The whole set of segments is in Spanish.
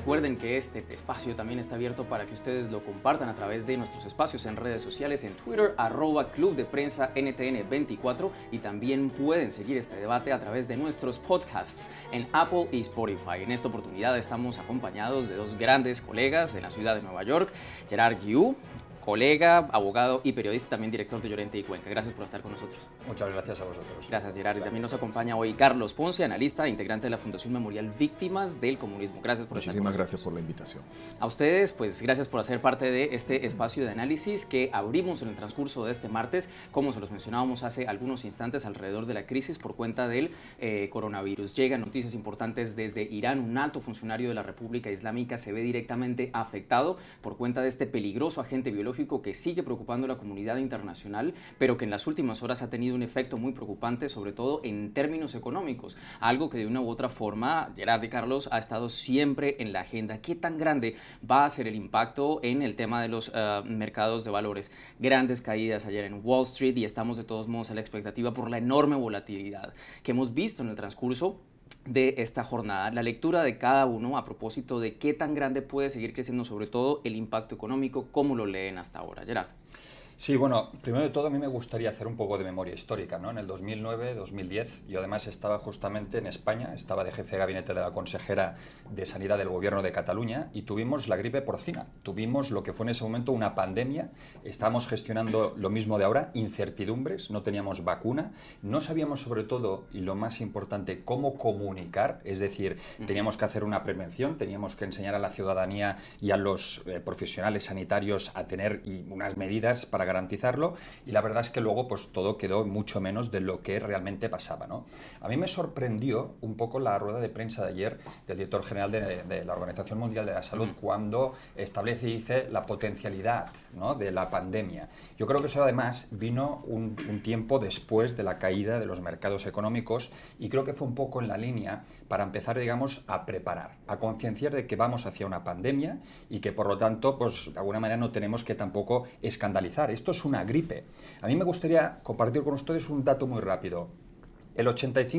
Recuerden que este espacio también está abierto para que ustedes lo compartan a través de nuestros espacios en redes sociales, en Twitter, @Club de Prensa NTN24, y también pueden seguir este debate a través de nuestros podcasts en Apple y Spotify. En esta oportunidad estamos acompañados de dos grandes colegas en la ciudad de Nueva York, Gerard Guiú, colega, abogado y periodista, también director de Llorente y Cuenca. Gracias por estar con nosotros. Muchas gracias a vosotros. Gracias, Gerard. Y también nos acompaña hoy Carlos Ponce, analista e integrante de la Fundación Memorial Víctimas del Comunismo. Gracias por estar con nosotros. Muchísimas gracias por la invitación. A ustedes, pues gracias por hacer parte de este espacio de análisis que abrimos en el transcurso de este martes, como se los mencionábamos hace algunos instantes, alrededor de la crisis por cuenta del coronavirus. Llegan noticias importantes desde Irán. Un alto funcionario de la República Islámica se ve directamente afectado por cuenta de este peligroso agente biológico que sigue preocupando a la comunidad internacional, pero que en las últimas horas ha tenido un efecto muy preocupante, sobre todo en términos económicos, algo que de una u otra forma, Gerard y Carlos, ha estado siempre en la agenda. ¿Qué tan grande va a ser el impacto en el tema de los mercados de valores? Grandes caídas ayer en Wall Street y estamos de todos modos a la expectativa por la enorme volatilidad que hemos visto en el transcurso de esta jornada. La lectura de cada uno a propósito de qué tan grande puede seguir creciendo, sobre todo el impacto económico, ¿cómo lo leen hasta ahora? Gerard. Sí, bueno, primero de todo a mí me gustaría hacer un poco de memoria histórica, ¿no? En el 2009, 2010, yo además estaba justamente en España, estaba de jefe de gabinete de la consejera de Sanidad del Gobierno de Cataluña y tuvimos la gripe porcina, tuvimos lo que fue en ese momento una pandemia, estábamos gestionando lo mismo de ahora, incertidumbres, no teníamos vacuna, no sabíamos sobre todo, y lo más importante, cómo comunicar, es decir, teníamos que hacer una prevención, teníamos que enseñar a la ciudadanía y a los profesionales sanitarios a tener unas medidas para garantizarlo, y la verdad es que luego pues todo quedó mucho menos de lo que realmente pasaba, ¿no? A mí me sorprendió un poco la rueda de prensa de ayer del director general de la Organización Mundial de la Salud cuando establece y dice la potencialidad, ¿no?, de la pandemia. Yo creo que eso además vino un tiempo después de la caída de los mercados económicos y creo que fue un poco en la línea para empezar, digamos, a preparar, a concienciar de que vamos hacia una pandemia y que por lo tanto, pues de alguna manera no tenemos que tampoco escandalizar. Esto es una gripe. A mí me gustaría compartir con ustedes un dato muy rápido. El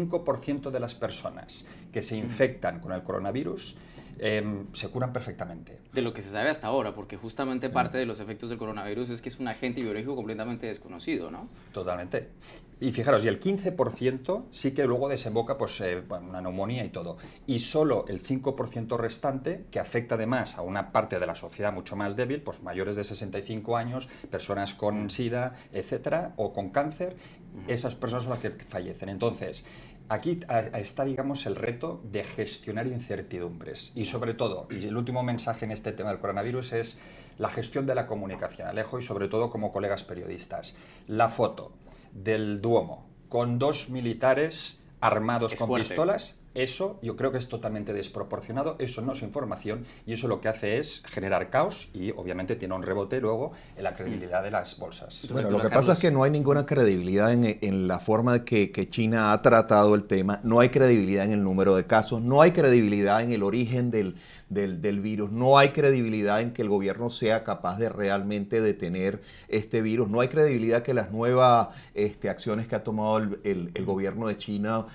85% de las personas que se infectan con el coronavirus se curan perfectamente. De lo que se sabe hasta ahora, porque justamente parte de los efectos del coronavirus es que es un agente biológico completamente desconocido, ¿no? Totalmente. Y fijaros, y el 15% sí que luego desemboca pues, una neumonía y todo. Y solo el 5% restante, que afecta además a una parte de la sociedad mucho más débil, pues mayores de 65 años, personas con SIDA, etcétera, o con cáncer, esas personas son las que fallecen. Entonces, aquí está, digamos, el reto de gestionar incertidumbres y sobre todo, y el último mensaje en este tema del coronavirus es la gestión de la comunicación, Alejo, y sobre todo como colegas periodistas. La foto del Duomo con dos militares armados con pistolas, eso yo creo que es totalmente desproporcionado, eso no es información y eso lo que hace es generar caos y obviamente tiene un rebote luego en la credibilidad de las bolsas. Bueno, lo que pasa es que no hay ninguna credibilidad en la forma que China ha tratado el tema, no hay credibilidad en el número de casos, no hay credibilidad en el origen del virus, no hay credibilidad en que el gobierno sea capaz de realmente detener este virus, no hay credibilidad que las nuevas acciones que ha tomado el gobierno de China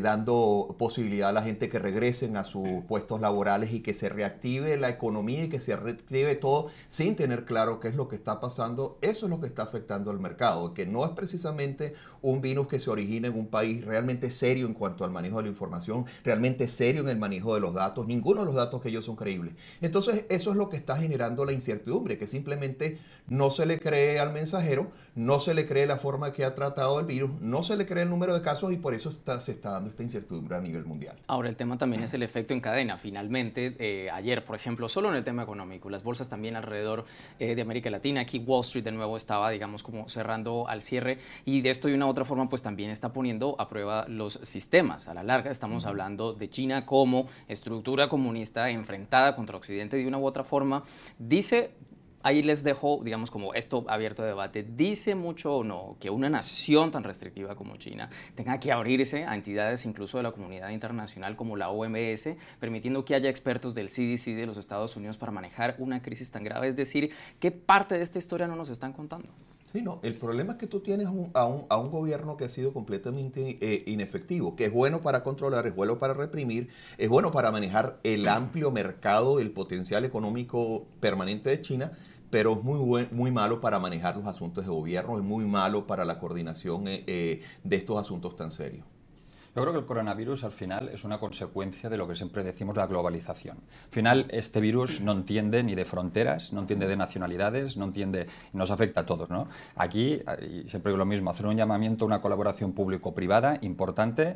dando posibilidad a la gente que regresen a sus puestos laborales y que se reactive la economía y que se reactive todo sin tener claro qué es lo que está pasando. Eso es lo que está afectando al mercado, que no es precisamente un virus que se origina en un país realmente serio en cuanto al manejo de la información, realmente serio en el manejo de los datos. Ninguno de los datos que ellos son creíbles. Entonces, eso es lo que está generando la incertidumbre, que simplemente no se le cree al mensajero, no se le cree la forma que ha tratado el virus, no se le cree el número de casos y por eso se está dando esta incertidumbre a nivel mundial. Ahora, el tema también es el efecto en cadena. Finalmente, ayer, por ejemplo, solo en el tema económico, las bolsas también alrededor de América Latina, aquí Wall Street de nuevo estaba, digamos, como cerrando al cierre y de esto de una u otra forma, pues también está poniendo a prueba los sistemas. A la larga estamos hablando de China como estructura comunista enfrentada contra Occidente de una u otra forma. Dice... Ahí les dejo, digamos, como esto abierto a debate. ¿Dice mucho o no que una nación tan restrictiva como China tenga que abrirse a entidades incluso de la comunidad internacional como la OMS, permitiendo que haya expertos del CDC de los Estados Unidos para manejar una crisis tan grave? Es decir, ¿qué parte de esta historia no nos están contando? Sí, no, el problema es que tú tienes a un gobierno que ha sido completamente inefectivo, que es bueno para controlar, es bueno para reprimir, es bueno para manejar el amplio mercado, el potencial económico permanente de China, pero es muy malo para manejar los asuntos de gobierno, es muy malo para la coordinación de estos asuntos tan serios. Yo creo que el coronavirus al final es una consecuencia de lo que siempre decimos, la globalización. Al final este virus no entiende ni de fronteras, no entiende de nacionalidades, no entiende, nos afecta a todos, ¿no? Aquí, y siempre digo lo mismo, hacer un llamamiento a una colaboración público-privada importante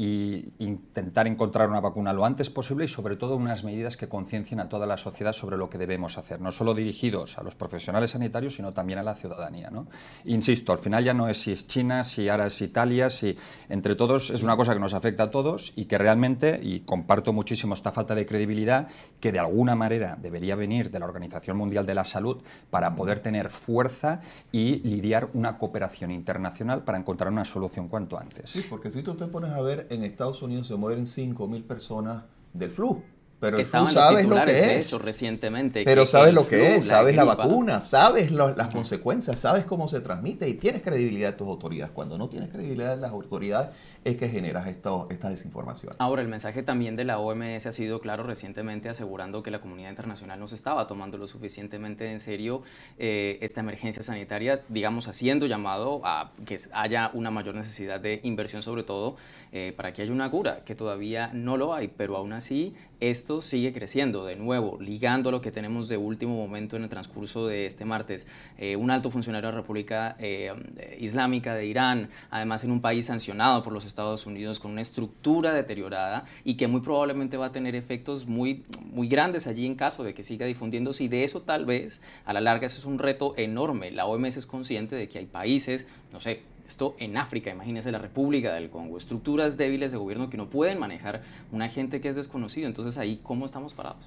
e intentar encontrar una vacuna lo antes posible y sobre todo unas medidas que conciencien a toda la sociedad sobre lo que debemos hacer, no solo dirigidos a los profesionales sanitarios, sino también a la ciudadanía, ¿no? Insisto, al final ya no es si es China, si ahora es Italia, si entre todos es una cosa que nos afecta a todos y que realmente, y comparto muchísimo esta falta de credibilidad, que de alguna manera debería venir de la Organización Mundial de la Salud para poder tener fuerza y lidiar una cooperación internacional para encontrar una solución cuanto antes. Sí, porque si tú te pones a ver, en Estados Unidos se mueren 5.000 personas del flu. Pero el flu sabes lo que es. Recientemente. Pero sabes lo que es, sabes la vacuna, sabes las consecuencias, sabes cómo se transmite y tienes credibilidad de tus autoridades. Cuando no tienes credibilidad de las autoridades es que generas esta desinformación. Ahora, el mensaje también de la OMS ha sido claro recientemente, asegurando que la comunidad internacional no se estaba tomando lo suficientemente en serio esta emergencia sanitaria, digamos, haciendo llamado a que haya una mayor necesidad de inversión, sobre todo para que haya una cura, que todavía no lo hay, pero aún así esto sigue creciendo. De nuevo, ligando lo que tenemos de último momento en el transcurso de este martes, un alto funcionario de la República Islámica de Irán, además en un país sancionado por los Estados Unidos, con una estructura deteriorada y que muy probablemente va a tener efectos muy grandes allí en caso de que siga difundiéndose, y de eso tal vez a la larga ese es un reto enorme. La OMS es consciente de que hay países, no sé, esto en África, imagínense la República del Congo, estructuras débiles de gobierno que no pueden manejar un agente que es desconocido. Entonces ahí, ¿cómo estamos parados?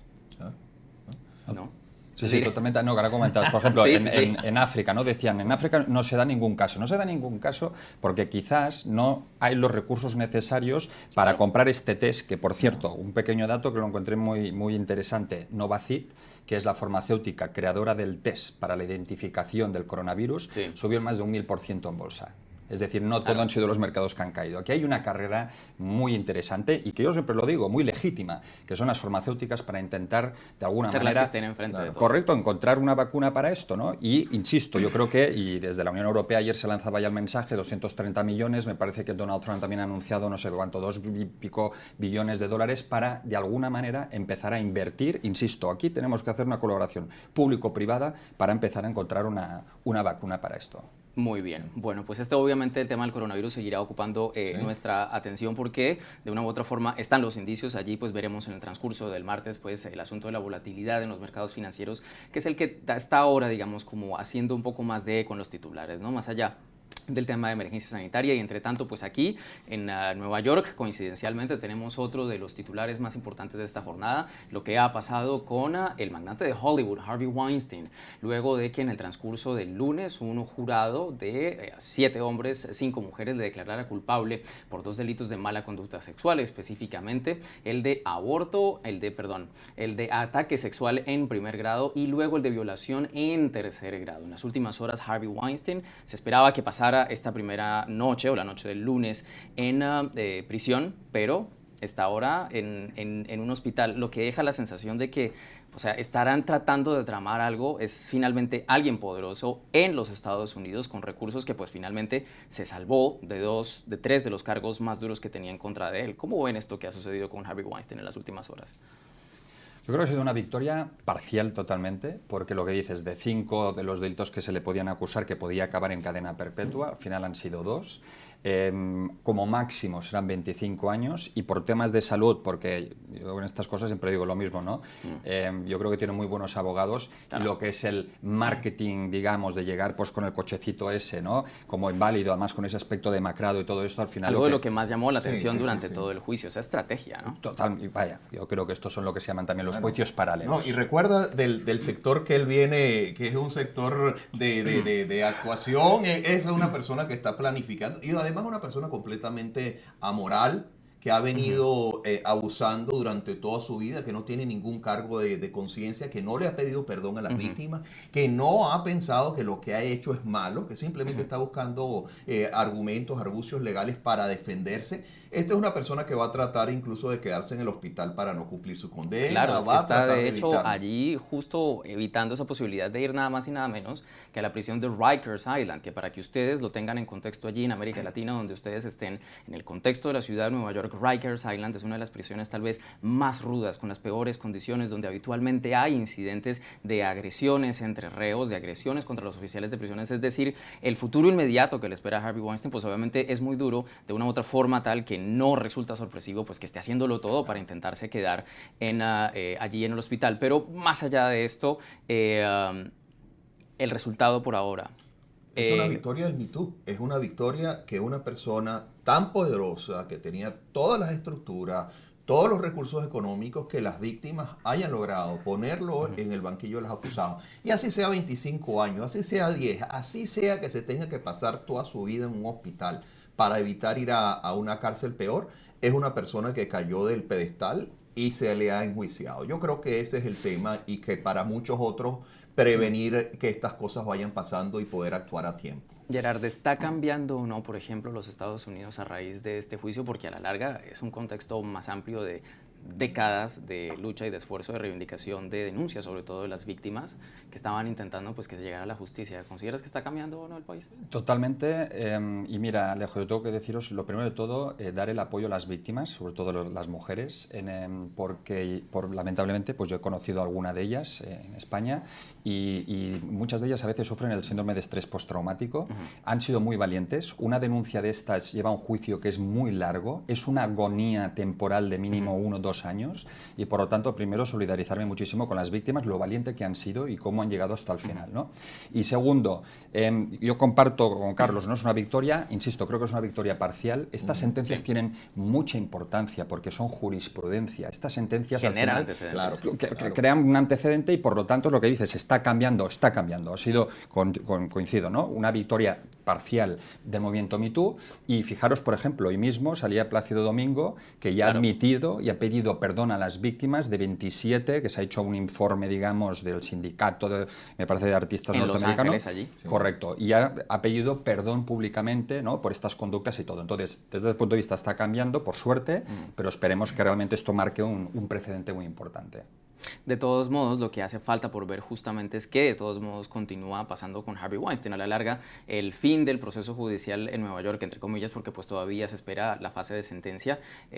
¿No? Sí, totalmente. No, que ahora comentabas, por ejemplo, en África, ¿no? Decían, en África no se da ningún caso. No se da ningún caso porque quizás no hay los recursos necesarios para comprar este test, que por cierto, un pequeño dato que lo encontré muy interesante, Novacit, que es la farmacéutica creadora del test para la identificación del coronavirus, subió más de un 1000% en bolsa. Es decir, no todo han sido los mercados que han caído. Aquí hay una carrera muy interesante y que yo siempre lo digo, muy legítima, que son las farmacéuticas para intentar, de alguna manera, las que estén enfrente de todo. Correcto, encontrar una vacuna para esto, ¿no? Y insisto, yo creo que, y desde la Unión Europea ayer se lanzaba ya el mensaje, 230 millones, me parece que Donald Trump también ha anunciado, no sé cuánto, 2 y pico billones de dólares para, de alguna manera, empezar a invertir. Insisto, aquí tenemos que hacer una colaboración público-privada para empezar a encontrar una vacuna para esto. Muy bien. Bueno, pues obviamente el tema del coronavirus seguirá ocupando nuestra atención, porque de una u otra forma están los indicios. Allí pues veremos en el transcurso del martes pues el asunto de la volatilidad en los mercados financieros, que es el que está ahora, digamos, como haciendo un poco más de eco en los titulares, ¿no? Más allá del tema de emergencia sanitaria. Y entre tanto, pues aquí en Nueva York, coincidencialmente, tenemos otro de los titulares más importantes de esta jornada, lo que ha pasado con el magnate de Hollywood, Harvey Weinstein, luego de que en el transcurso del lunes un jurado de 7 hombres, 5 mujeres le declarara culpable por 2 delitos de mala conducta sexual, específicamente el de aborto, el de ataque sexual en primer grado y luego el de violación en tercer grado. En las últimas horas, Harvey Weinstein se esperaba que pasara esta primera noche o la noche del lunes en prisión, pero está ahora en un hospital, lo que deja la sensación de que, o sea, estarán tratando de tramar algo. Es finalmente alguien poderoso en los Estados Unidos con recursos que pues finalmente se salvó de 3 de los cargos más duros que tenía en contra de él. ¿Cómo ven esto que ha sucedido con Harvey Weinstein en las últimas horas? Yo creo que ha sido una victoria parcial totalmente, porque lo que dices, de 5 de los delitos que se le podían acusar, que podía acabar en cadena perpetua, al final han sido 2. Como máximo serán 25 años, y por temas de salud, porque yo en estas cosas siempre digo lo mismo, ¿no? Yo creo que tiene muy buenos abogados, claro. Y lo que es el marketing, digamos, de llegar pues con el cochecito ese, ¿no? Como inválido, además con ese aspecto demacrado y todo esto, al final... Algo de lo que más llamó la atención durante todo el juicio, esa estrategia, ¿no? Total, y vaya, yo creo que estos son lo que se llaman también los juicios paralelos. No, y recuerda del sector que él viene, que es un sector de actuación, es una persona que está planificando, y además una persona completamente amoral, que ha venido abusando durante toda su vida, que no tiene ningún cargo de conciencia, que no le ha pedido perdón a las víctimas, que no ha pensado que lo que ha hecho es malo, que simplemente está buscando argumentos, argucios legales para defenderse. Esta es una persona que va a tratar incluso de quedarse en el hospital para no cumplir su condena. Claro, es que va a está tratar de de hecho evitarlo. allí justo evitando esa posibilidad de ir nada más y nada menos que a la prisión de Rikers Island, que para que ustedes lo tengan en contexto allí en América Latina, donde ustedes estén en el contexto de la ciudad de Nueva York, Rikers Island es una de las prisiones tal vez más rudas, con las peores condiciones, donde habitualmente hay incidentes de agresiones entre reos, de agresiones contra los oficiales de prisiones, es decir, el futuro inmediato que le espera a Harvey Weinstein, pues obviamente es muy duro, de una u otra forma tal que no resulta sorpresivo, pues que esté haciéndolo todo para intentarse quedar allí en el hospital. Pero más allá de esto, el resultado por ahora. Es una victoria del Me Too. Es una victoria que una persona tan poderosa, que tenía todas las estructuras, todos los recursos económicos, que las víctimas hayan logrado ponerlo en el banquillo de los acusados. Y así sea 25 años, así sea 10, así sea que se tenga que pasar toda su vida en un hospital para evitar ir a una cárcel peor, es una persona que cayó del pedestal y se le ha enjuiciado. Yo creo que ese es el tema, y que para muchos otros prevenir que estas cosas vayan pasando y poder actuar a tiempo. Gerard, ¿está cambiando o no, por ejemplo, los Estados Unidos a raíz de este juicio? Porque a la larga es un contexto más amplio de décadas de lucha y de esfuerzo de reivindicación, de denuncia sobre todo de las víctimas que estaban intentando pues que se llegara a la justicia. ¿Consideras que está cambiando o no el país? Totalmente, y mira, Alejo, yo tengo que deciros, lo primero de todo, dar el apoyo a las víctimas, sobre todo las mujeres, porque lamentablemente pues yo he conocido alguna de ellas en España, y muchas de ellas a veces sufren el síndrome de estrés postraumático. Han sido muy valientes. Una denuncia de estas lleva a un juicio que es muy largo, es una agonía temporal de mínimo 1 o 2 años, y por lo tanto, primero, solidarizarme muchísimo con las víctimas, lo valiente que han sido y cómo han llegado hasta el final, ¿no? Y segundo, yo comparto con Carlos, no es una victoria, insisto, creo que es una victoria parcial. Estas sentencias tienen mucha importancia porque son jurisprudencia. Estas sentencias generan al antecedentes. Claro, crean un antecedente, y por lo tanto lo que dices, está cambiando. Ha sido, coincido, ¿no?, una victoria parcial del movimiento Me Too. Y fijaros, por ejemplo, hoy mismo salía Plácido Domingo, que ya ha admitido y ha pedido perdón a las víctimas de 27, que se ha hecho un informe, digamos, del sindicato, me parece, de artistas norteamericanos. Los Ángeles, allí. Sí. Correcto. Y ha pedido perdón públicamente, ¿no?, por estas conductas y todo. Entonces, desde el punto de vista está cambiando, por suerte, pero esperemos que realmente esto marque un precedente muy importante. De todos modos, lo que hace falta por ver justamente es que de todos modos continúa pasando con Harvey Weinstein. A la larga, el fin del proceso judicial en Nueva York, entre comillas, porque pues todavía se espera la fase de sentencia,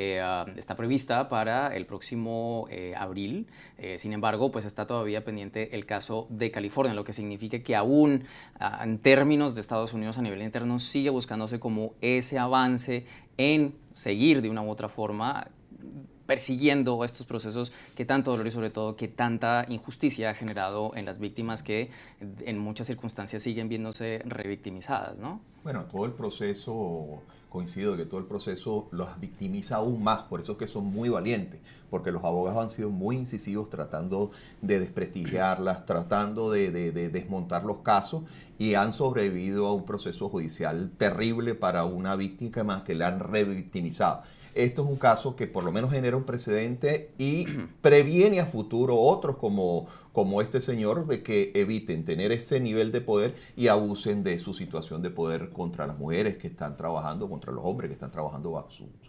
está prevista para el próximo abril. Sin embargo, pues está todavía pendiente el caso de California, lo que significa que aún en términos de Estados Unidos a nivel interno sigue buscándose como ese avance en seguir de una u otra forma persiguiendo estos procesos que tanto dolor y sobre todo que tanta injusticia ha generado en las víctimas, que en muchas circunstancias siguen viéndose revictimizadas, ¿no? Bueno, todo el proceso, coincido que todo el proceso los victimiza aún más, por eso es que son muy valientes, porque los abogados han sido muy incisivos tratando de desprestigiarlas, tratando de desmontar los casos, y han sobrevivido a un proceso judicial terrible para una víctima que la han revictimizado. Esto es un caso que por lo menos genera un precedente y previene a futuro otros como este señor, de que eviten tener ese nivel de poder y abusen de su situación de poder contra las mujeres que están trabajando, contra los hombres que están trabajando bajo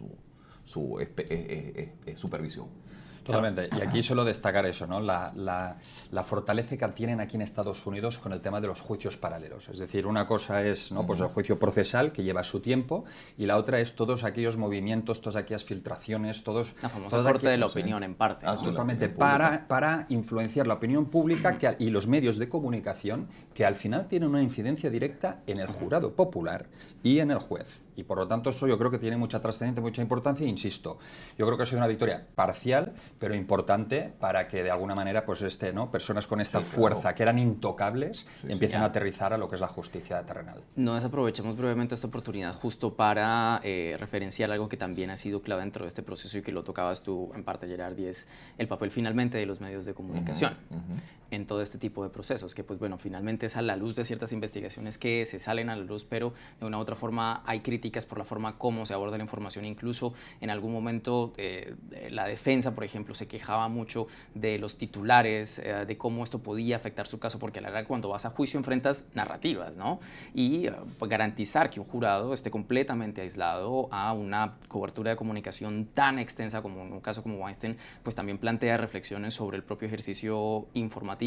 su supervisión. Totalmente. Y aquí suelo destacar eso, ¿no?, la fortaleza que tienen aquí en Estados Unidos con el tema de los juicios paralelos. Es decir, una cosa es, ¿no?, pues el juicio procesal, que lleva su tiempo, y la otra es todos aquellos movimientos, todas aquellas filtraciones, la famosa corte de la opinión, en parte, ¿no? Absolutamente, para influenciar la opinión pública y los medios de comunicación, que al final tienen una incidencia directa en el jurado popular y en el juez. Y por lo tanto eso yo creo que tiene mucha trascendencia, mucha importancia, e insisto, yo creo que ha sido una victoria parcial, pero importante para que de alguna manera pues ¿no? personas con esta fuerza que eran intocables empiecen a aterrizar a lo que es la justicia terrenal. No desaprovechemos brevemente esta oportunidad justo para referenciar algo que también ha sido clave dentro de este proceso y que lo tocabas tú en parte, Gerard, y es el papel finalmente de los medios de comunicación en todo este tipo de procesos, que pues bueno, finalmente es a la luz de ciertas investigaciones que se salen a la luz, pero de una u otra forma hay críticas por la forma como se aborda la información. Incluso en algún momento la defensa, por ejemplo, se quejaba mucho de los titulares, de cómo esto podía afectar su caso, porque a la verdad cuando vas a juicio enfrentas narrativas, ¿no? Y garantizar que un jurado esté completamente aislado a una cobertura de comunicación tan extensa como en un caso como Weinstein, pues también plantea reflexiones sobre el propio ejercicio informativo.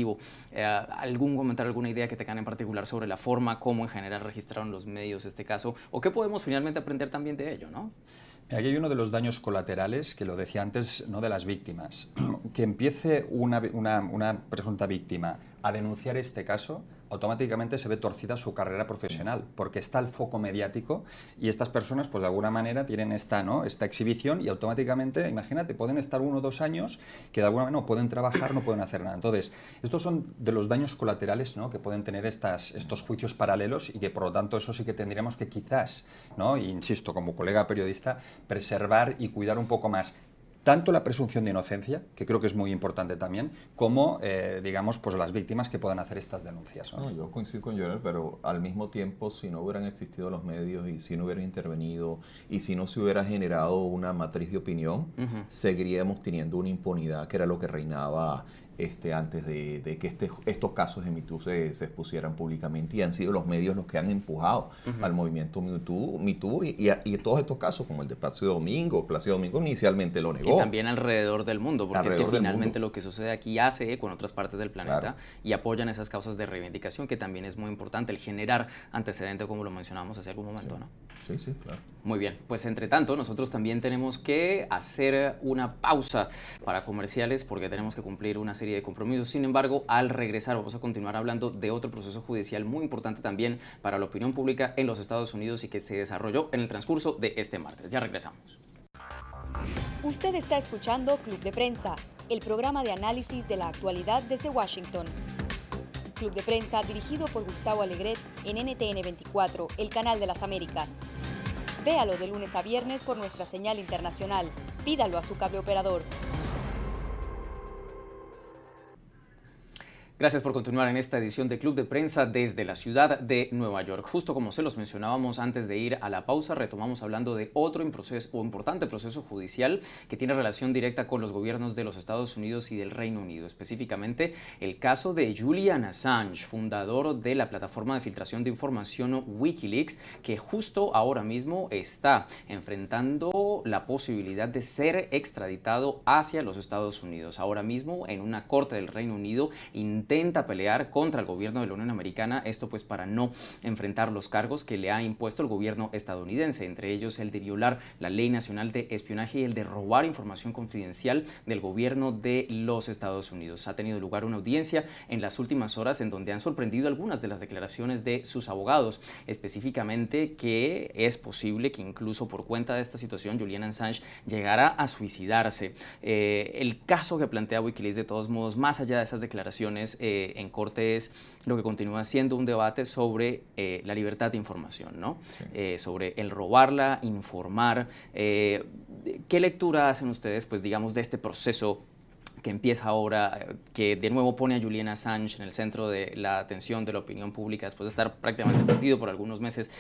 ¿Algún comentario, alguna idea que tengan en particular sobre la forma como en general registraron los medios este caso o qué podemos finalmente aprender también de ello, ¿no? Aquí hay uno de los daños colaterales, que lo decía antes, no de las víctimas. Que empiece una presunta víctima a denunciar este caso, automáticamente se ve torcida su carrera profesional, porque está el foco mediático y estas personas, pues de alguna manera, tienen esta exhibición y automáticamente, imagínate, pueden estar 1 o 2 años que de alguna manera no pueden trabajar, no pueden hacer nada. Entonces, estos son de los daños colaterales, ¿no?, que pueden tener estos juicios paralelos y que, por lo tanto, eso sí que tendríamos que quizás, ¿no?, e insisto, como colega periodista, preservar y cuidar un poco más tanto la presunción de inocencia, que creo que es muy importante también, como, digamos, pues las víctimas que puedan hacer estas denuncias, ¿no? No, yo coincido con Gerard, pero al mismo tiempo, si no hubieran existido los medios y si no hubieran intervenido y si no se hubiera generado una matriz de opinión, seguiríamos teniendo una impunidad que era lo que reinaba antes de que estos casos de Me Too se expusieran públicamente, y han sido los medios los que han empujado al movimiento Me Too y todos estos casos, como el de Plácido Domingo inicialmente lo negó. Y también alrededor del mundo, porque es que finalmente lo que sucede aquí hace eco en otras partes del planeta y apoyan esas causas de reivindicación, que también es muy importante, el generar antecedente, como lo mencionábamos hace algún momento, ¿no? Sí, claro. Muy bien, pues entre tanto nosotros también tenemos que hacer una pausa para comerciales porque tenemos que cumplir una serie de compromisos. Sin embargo, al regresar vamos a continuar hablando de otro proceso judicial muy importante también para la opinión pública en los Estados Unidos y que se desarrolló en el transcurso de este martes. Ya regresamos. Usted está escuchando Club de Prensa, el programa de análisis de la actualidad desde Washington. Club de Prensa dirigido por Gustavo Alegret en NTN 24, el canal de las Américas. Véalo de lunes a viernes por nuestra señal internacional. Pídalo a su cable operador. Gracias por continuar en esta edición de Club de Prensa desde la ciudad de Nueva York. Justo como se los mencionábamos antes de ir a la pausa, retomamos hablando de otro importante proceso judicial que tiene relación directa con los gobiernos de los Estados Unidos y del Reino Unido. Específicamente, el caso de Julian Assange, fundador de la plataforma de filtración de información Wikileaks, que justo ahora mismo está enfrentando la posibilidad de ser extraditado hacia los Estados Unidos. Ahora mismo, en una corte del Reino Unido, intenta pelear contra el gobierno de la Unión Americana, esto pues para no enfrentar los cargos que le ha impuesto el gobierno estadounidense, entre ellos el de violar la Ley Nacional de Espionaje y el de robar información confidencial del gobierno de los Estados Unidos. Ha tenido lugar una audiencia en las últimas horas en donde han sorprendido algunas de las declaraciones de sus abogados, específicamente que es posible que incluso por cuenta de esta situación Julian Assange llegara a suicidarse. El caso que plantea Wikileaks, de todos modos, más allá de esas declaraciones en corte, es lo que continúa siendo un debate sobre la libertad de información, ¿no? Sí. Sobre el robarla, informar. ¿Qué lectura hacen ustedes, pues digamos, de este proceso que empieza ahora, que de nuevo pone a Julian Assange en el centro de la atención de la opinión pública después de estar prácticamente perdido por algunos meses?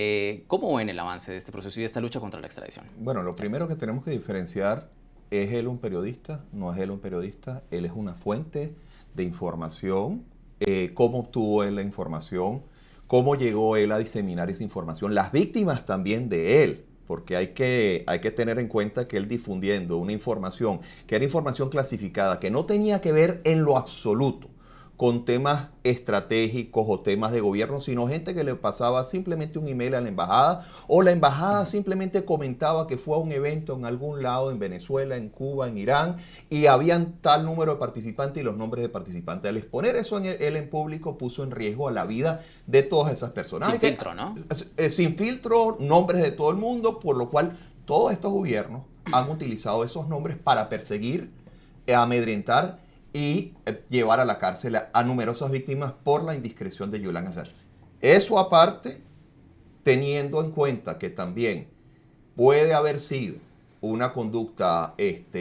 ¿Cómo ven el avance de este proceso y de esta lucha contra la extradición? Bueno, lo primero que tenemos que diferenciar, ¿es él un periodista? ¿No es él un periodista? Él es una fuente de información. ¿Cómo obtuvo él la información? ¿Cómo llegó él a diseminar esa información? Las víctimas también de él, porque hay que tener en cuenta que él difundiendo una información que era información clasificada, que no tenía que ver en lo absoluto con temas estratégicos o temas de gobierno, sino gente que le pasaba simplemente un email a la embajada, o la embajada simplemente comentaba que fue a un evento en algún lado, en Venezuela, en Cuba, en Irán, y habían tal número de participantes y los nombres de participantes. Al exponer eso él en público puso en riesgo a la vida de todas esas personas. Sin filtro, ¿no? Sin filtro, nombres de todo el mundo, por lo cual todos estos gobiernos han utilizado esos nombres para perseguir amedrentar y llevar a la cárcel a numerosas víctimas por la indiscreción de Julian Assange. Eso aparte, teniendo en cuenta que también puede haber sido una conducta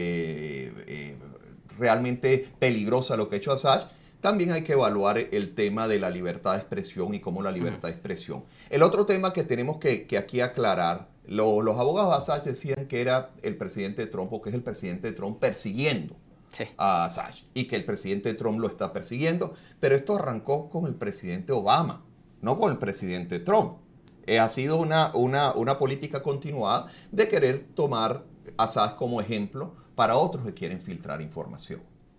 realmente peligrosa lo que ha hecho Assange, también hay que evaluar el tema de la libertad de expresión y cómo la libertad de expresión. El otro tema que tenemos que aquí aclarar, los abogados de Assange decían que era el presidente Trump o que es el presidente Trump persiguiendo a Assange y que el presidente Trump lo está persiguiendo, pero esto arrancó con el presidente Obama, no con el presidente Trump. Ha sido una política continuada de querer tomar a Assange como ejemplo para otros que quieren filtrar información.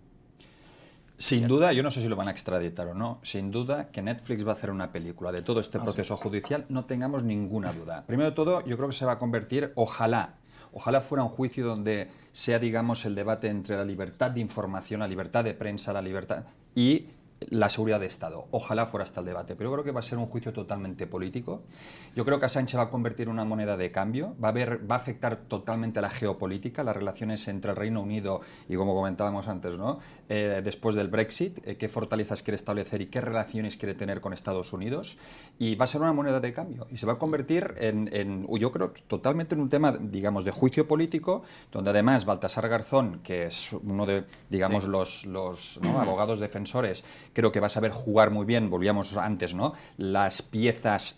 Sin duda, yo no sé si lo van a extraditar o no, sin duda que Netflix va a hacer una película de todo este proceso judicial, no tengamos ninguna duda. Primero de todo, yo creo que se va a convertir, ojalá fuera un juicio donde sea, digamos, el debate entre la libertad de información, la libertad de prensa, la libertad y la seguridad de Estado. Ojalá fuera hasta el debate, pero yo creo que va a ser un juicio totalmente político. Yo creo que Assange se va a convertir en una moneda de cambio, va a afectar totalmente a la geopolítica, las relaciones entre el Reino Unido y, como comentábamos antes, ¿no? Después del Brexit, qué fortalezas quiere establecer y qué relaciones quiere tener con Estados Unidos, y va a ser una moneda de cambio y se va a convertir yo creo, totalmente en un tema, digamos, de juicio político, donde además Baltasar Garzón, que es uno de, digamos, los ¿no? abogados defensores, creo que va a saber jugar muy bien, volvíamos antes, ¿no? Las piezas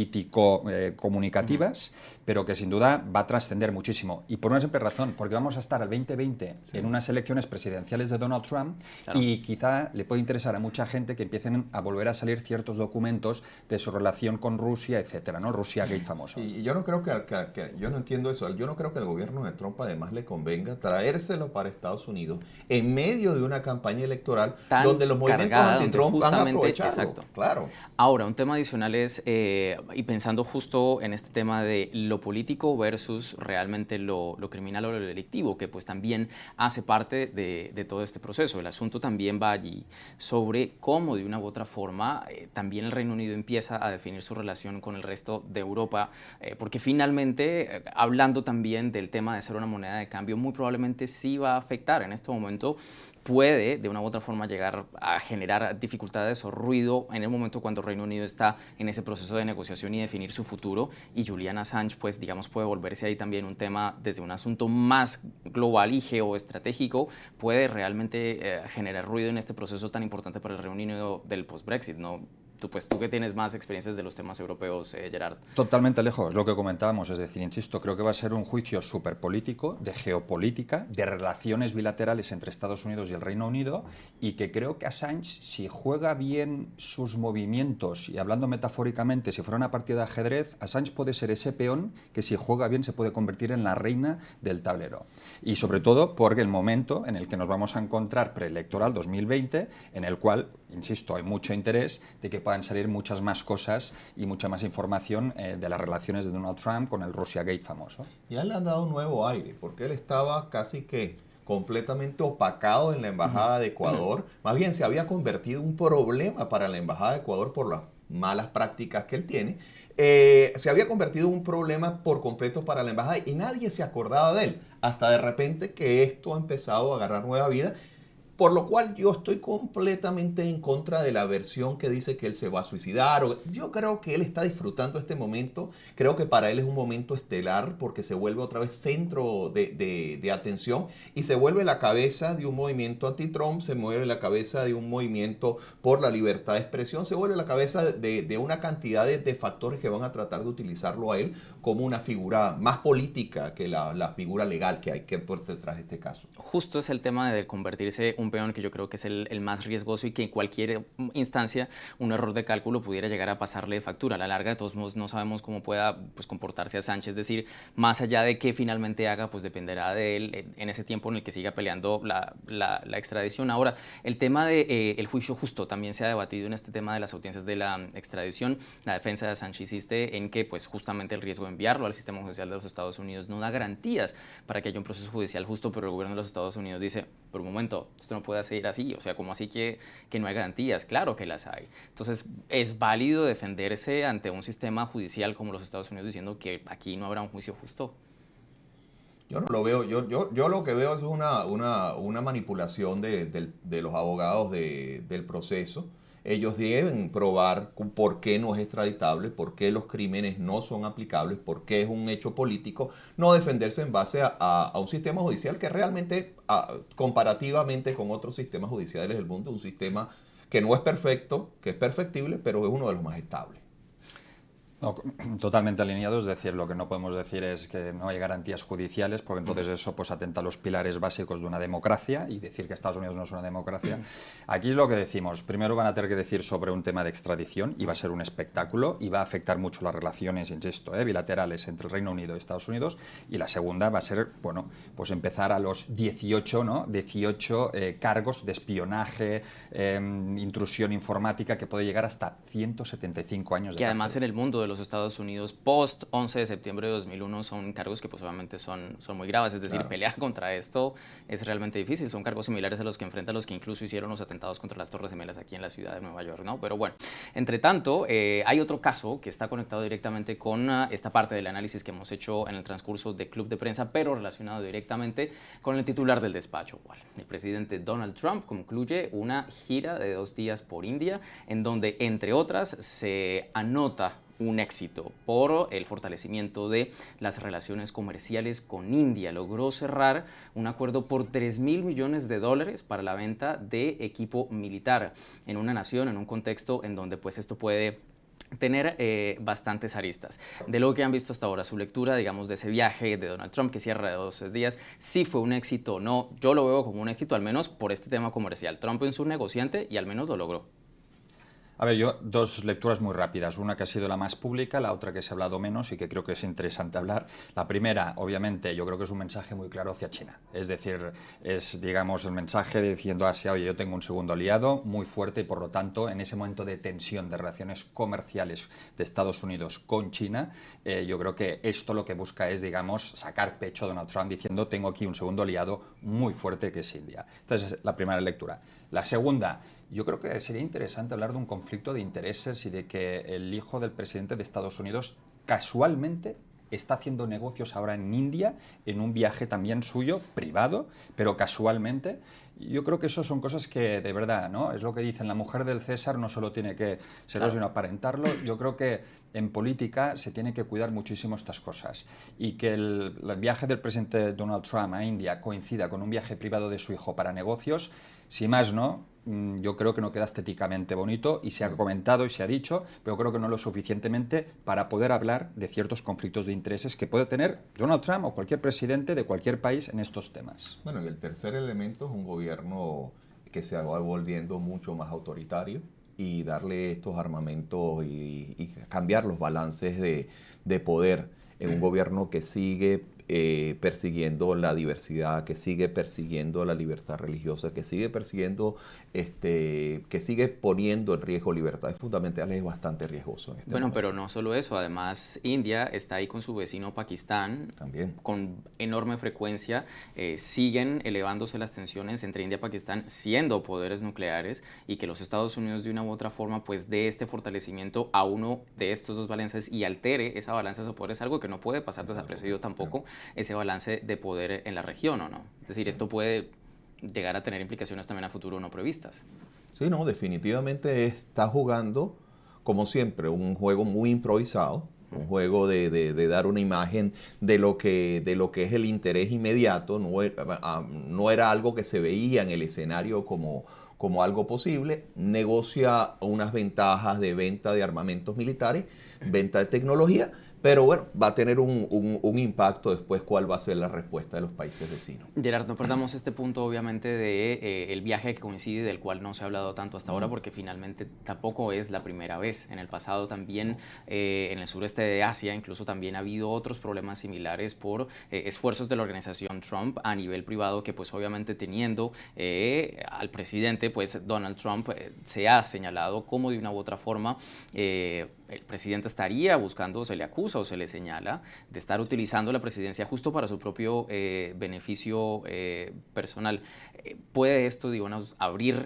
político-comunicativas, pero que sin duda va a trascender muchísimo. Y por una simple razón, porque vamos a estar al 2020 en unas elecciones presidenciales de Donald Trump, y quizá le puede interesar a mucha gente que empiecen a volver a salir ciertos documentos de su relación con Rusia, etcétera, ¿no? Rusia Gate famoso. Y yo no creo yo no entiendo eso. Yo no creo que al gobierno de Trump además le convenga traérselo para Estados Unidos en medio de una campaña electoral donde los movimientos anti-Trump van a aprovecharlo. Exacto. Claro. Ahora, un tema adicional es, y pensando justo en este tema de lo político versus realmente lo criminal o lo delictivo, que pues también hace parte de todo este proceso. El asunto también va allí sobre cómo de una u otra forma también el Reino Unido empieza a definir su relación con el resto de Europa, porque finalmente, hablando también del tema de ser una moneda de cambio, muy probablemente sí va a afectar en este momento. Puede de una u otra forma llegar a generar dificultades o ruido en el momento cuando Reino Unido está en ese proceso de negociación y definir su futuro, y Julian Assange pues digamos puede volverse ahí también un tema desde un asunto más global y geoestratégico, puede realmente generar ruido en este proceso tan importante para el Reino Unido del post-Brexit, ¿no? Tú que tienes más experiencias de los temas europeos, Gerard. Totalmente lejos, lo que comentábamos, es decir, insisto, creo que va a ser un juicio súper político, de geopolítica, de relaciones bilaterales entre Estados Unidos y el Reino Unido, y que creo que Assange, si juega bien sus movimientos, y hablando metafóricamente, si fuera una partida de ajedrez, Assange puede ser ese peón que si juega bien se puede convertir en la reina del tablero. Y sobre todo porque el momento en el que nos vamos a encontrar preelectoral 2020, en el cual, insisto, hay mucho interés de que puedan salir muchas más cosas y mucha más información de las relaciones de Donald Trump con el Russia Gate famoso. Y a él le han dado un nuevo aire, porque él estaba casi que completamente opacado en la Embajada de Ecuador. Más bien se había convertido en un problema para la Embajada de Ecuador por las malas prácticas que él tiene. Se había convertido en un problema por completo para la Embajada y nadie se acordaba de él. Hasta de repente que esto ha empezado a agarrar nueva vida. Por lo cual yo estoy completamente en contra de la versión que dice que él se va a suicidar. Yo creo que él está disfrutando este momento. Creo que para él es un momento estelar porque se vuelve otra vez centro de atención y se vuelve la cabeza de un movimiento anti-Trump, se mueve la cabeza de un movimiento por la libertad de expresión, se vuelve la cabeza de una cantidad de factores que van a tratar de utilizarlo a él como una figura más política que la figura legal que hay que por detrás de este caso. Justo es el tema de convertirse un peón que yo creo que es el más riesgoso y que en cualquier instancia un error de cálculo pudiera llegar a pasarle factura. A la larga, de todos modos, no sabemos cómo pueda pues, comportarse Assange, es decir, más allá de qué finalmente haga, pues dependerá de él en ese tiempo en el que siga peleando la extradición. Ahora, el tema del juicio justo también se ha debatido en este tema de las audiencias de la extradición. La defensa de Assange insiste en que pues, justamente el riesgo de enviarlo al sistema judicial de los Estados Unidos no da garantías para que haya un proceso judicial justo, pero el gobierno de los Estados Unidos dice, por un momento, esto no puede seguir así, o sea, como así que no hay garantías, claro que las hay. Entonces, es válido defenderse ante un sistema judicial como los Estados Unidos diciendo que aquí no habrá un juicio justo. Yo no lo veo, yo lo que veo es una manipulación de los abogados del proceso. Ellos deben probar por qué no es extraditable, por qué los crímenes no son aplicables, por qué es un hecho político, no defenderse en base a un sistema judicial que realmente, comparativamente con otros sistemas judiciales del mundo, un sistema que no es perfecto, que es perfectible, pero es uno de los más estables. No, totalmente alineado, es decir, lo que no podemos decir es que no hay garantías judiciales, porque entonces eso pues atenta a los pilares básicos de una democracia, y decir que Estados Unidos no es una democracia. Aquí es lo que decimos, primero van a tener que decir sobre un tema de extradición, y va a ser un espectáculo, y va a afectar mucho las relaciones, insisto, bilaterales entre el Reino Unido y Estados Unidos, y la segunda va a ser, bueno, pues empezar a los 18 cargos de espionaje, intrusión informática, que puede llegar hasta 175 años de que además cárcel. en el mundo de los Estados Unidos post 11 de septiembre de 2001 son cargos que pues obviamente son muy graves, es decir, Claro. Pelear contra esto es realmente difícil, son cargos similares a los que enfrentan los que incluso hicieron los atentados contra las Torres Gemelas aquí en la ciudad de Nueva York, ¿no? Pero bueno, entre tanto, hay otro caso que está conectado directamente con esta parte del análisis que hemos hecho en el transcurso de Club de Prensa, pero relacionado directamente con el titular del despacho. El presidente Donald Trump concluye una gira de 2 días por India, en donde, entre otras, se anota un éxito por el fortalecimiento de las relaciones comerciales con India. Logró cerrar un acuerdo por $3.000 millones para la venta de equipo militar en una nación, en un contexto en donde pues esto puede tener bastantes aristas. De lo que han visto hasta ahora, su lectura, digamos, de ese viaje de Donald Trump que cierra de 2 días, si fue un éxito o no, yo lo veo como un éxito, al menos por este tema comercial. Trump es un negociante y al menos lo logró. A ver, yo 2 lecturas muy rápidas, una que ha sido la más pública, la otra que se ha hablado menos y que creo que es interesante hablar. La primera, obviamente, yo creo que es un mensaje muy claro hacia China, es decir, es, digamos, el mensaje diciendo a Asia, oye, yo tengo un segundo aliado muy fuerte y, por lo tanto, en ese momento de tensión de relaciones comerciales de Estados Unidos con China, yo creo que esto lo que busca es, digamos, sacar pecho a Donald Trump diciendo, tengo aquí un segundo aliado muy fuerte que es India. Esta es la primera lectura. La segunda, yo creo que sería interesante hablar de un conflicto de intereses y de que el hijo del presidente de Estados Unidos casualmente está haciendo negocios ahora en India, en un viaje también suyo, privado, pero casualmente. Yo creo que eso son cosas que, de verdad, ¿no? Es lo que dicen, la mujer del César no solo tiene que serlo, sino aparentarlo. Yo creo que en política se tiene que cuidar muchísimo estas cosas. Y que el viaje del presidente Donald Trump a India coincida con un viaje privado de su hijo para negocios, si más no, yo creo que no queda estéticamente bonito, y se ha comentado y se ha dicho, pero creo que no lo suficientemente para poder hablar de ciertos conflictos de intereses que puede tener Donald Trump o cualquier presidente de cualquier país en estos temas. Bueno, y el tercer elemento es un gobierno que se va volviendo mucho más autoritario, y darle estos armamentos y cambiar los balances de poder en un gobierno que sigue persiguiendo la diversidad, que sigue persiguiendo la libertad religiosa, que sigue persiguiendo, que sigue poniendo en riesgo libertades fundamentales, es bastante riesgoso en este Bueno, momento. pero no solo eso, además India está ahí con su vecino Pakistán, También. con enorme frecuencia, siguen elevándose las tensiones entre India y Pakistán, siendo poderes nucleares, y que los Estados Unidos de una u otra forma pues dé este fortalecimiento a uno de estos dos balances y altere esa balanza de poder, es algo que no puede pasar desapercibido tampoco, ese balance de poder en la región, ¿o no? Es decir, esto puede llegar a tener implicaciones también a futuro no previstas. Sí, no, definitivamente está jugando, como siempre, un juego muy improvisado, un juego de dar una imagen de lo que es el interés inmediato. No era algo que se veía en el escenario como algo posible. Negocia unas ventajas de venta de armamentos militares, venta de tecnología, pero bueno, va a tener un impacto después. ¿Cuál va a ser la respuesta de los países vecinos? Gerard, no perdamos este punto obviamente de el viaje que coincide, del cual no se ha hablado tanto hasta ahora, porque finalmente tampoco es la primera vez. En el pasado también, en el sureste de Asia, incluso también ha habido otros problemas similares por esfuerzos de la organización Trump a nivel privado, que pues obviamente teniendo al presidente, pues Donald Trump, se ha señalado como de una u otra forma el presidente estaría buscando, se le acusa o se le señala de estar utilizando la presidencia justo para su propio beneficio personal. ¿Puede esto, digamos, abrir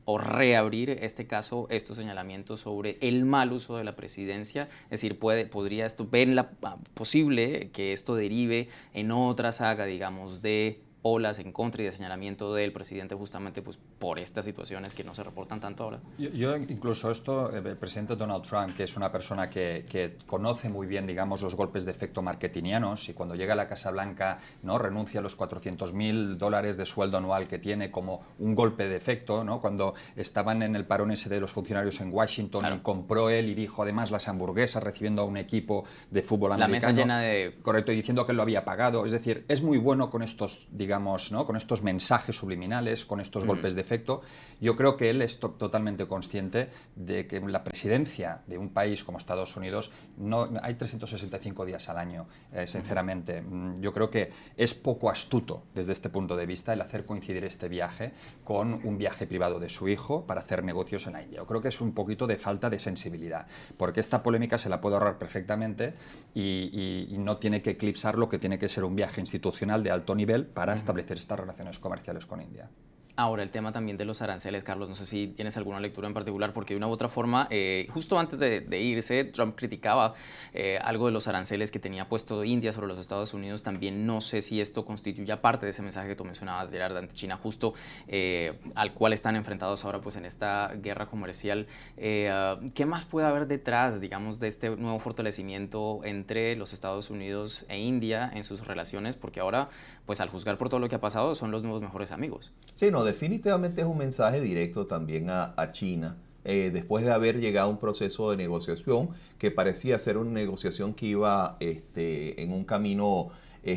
o reabrir este caso, estos señalamientos sobre el mal uso de la presidencia? Es decir, podría esto, ¿ven posible que esto derive en otra saga, digamos, de olas en contra y de señalamiento del presidente justamente pues, por estas situaciones que no se reportan tanto ahora? Yo incluso esto, el presidente Donald Trump, que es una persona que conoce muy bien, digamos, los golpes de efecto marketingianos, y cuando llega a la Casa Blanca, ¿no?, renuncia a los $400.000 de sueldo anual que tiene como un golpe de efecto, ¿no? Cuando estaban en el parón ese de los funcionarios en Washington, claro, y compró él y dijo además las hamburguesas recibiendo a un equipo de fútbol americano. La mesa llena de... Correcto, y diciendo que él lo había pagado. Es decir, es muy bueno con estos, digamos, ¿no?, con estos mensajes subliminales, con estos golpes de efecto. Yo creo que él es totalmente consciente de que la presidencia de un país como Estados Unidos no hay 365 días al año, sinceramente. Yo creo que es poco astuto desde este punto de vista el hacer coincidir este viaje con un viaje privado de su hijo para hacer negocios en la India. Yo creo que es un poquito de falta de sensibilidad, porque esta polémica se la puede ahorrar perfectamente y no tiene que eclipsar lo que tiene que ser un viaje institucional de alto nivel para establecer estas relaciones comerciales con India. Ahora, el tema también de los aranceles, Carlos, no sé si tienes alguna lectura en particular, porque de una u otra forma, justo antes de irse, Trump criticaba algo de los aranceles que tenía puesto India sobre los Estados Unidos. También no sé si esto constituya parte de ese mensaje que tú mencionabas, Gerard, ante China, justo al cual están enfrentados ahora pues, en esta guerra comercial. ¿Qué más puede haber detrás, digamos, de este nuevo fortalecimiento entre los Estados Unidos e India en sus relaciones? Porque ahora, pues al juzgar por todo lo que ha pasado, son los nuevos mejores amigos. Sí, no, definitivamente es un mensaje directo también a China, después de haber llegado a un proceso de negociación que parecía ser una negociación que iba en un camino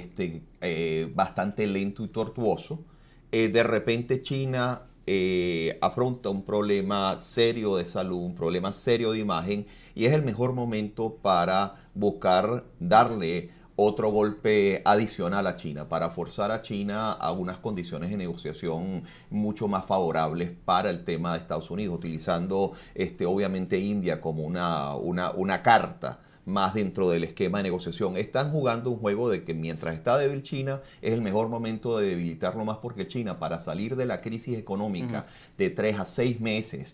bastante lento y tortuoso. De repente China afronta un problema serio de salud, un problema serio de imagen, y es el mejor momento para buscar darle otro golpe adicional a China, para forzar a China a unas condiciones de negociación mucho más favorables para el tema de Estados Unidos, utilizando obviamente India como una carta más dentro del esquema de negociación. Están jugando un juego de que mientras está débil China, es el mejor momento de debilitarlo más, porque China, para salir de la crisis económica de 3 a 6 meses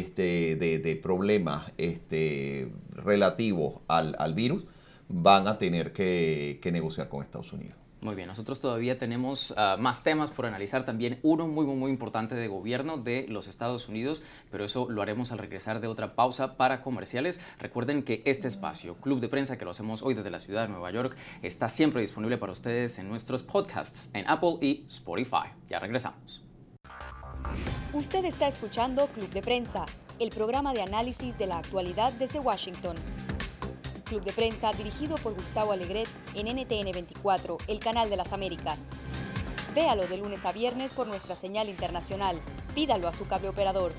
de problemas relativos al virus, van a tener que negociar con Estados Unidos. Muy bien, nosotros todavía tenemos más temas por analizar, también uno muy importante de gobierno de los Estados Unidos, pero eso lo haremos al regresar de otra pausa para comerciales. Recuerden que este espacio, Club de Prensa, que lo hacemos hoy desde la ciudad de Nueva York, está siempre disponible para ustedes en nuestros podcasts en Apple y Spotify. Ya regresamos. Usted está escuchando Club de Prensa, el programa de análisis de la actualidad desde Washington. Club de Prensa dirigido por Gustavo Alegret en NTN 24, el canal de las Américas. Véalo de lunes a viernes por nuestra señal internacional. Pídalo a su cable operador.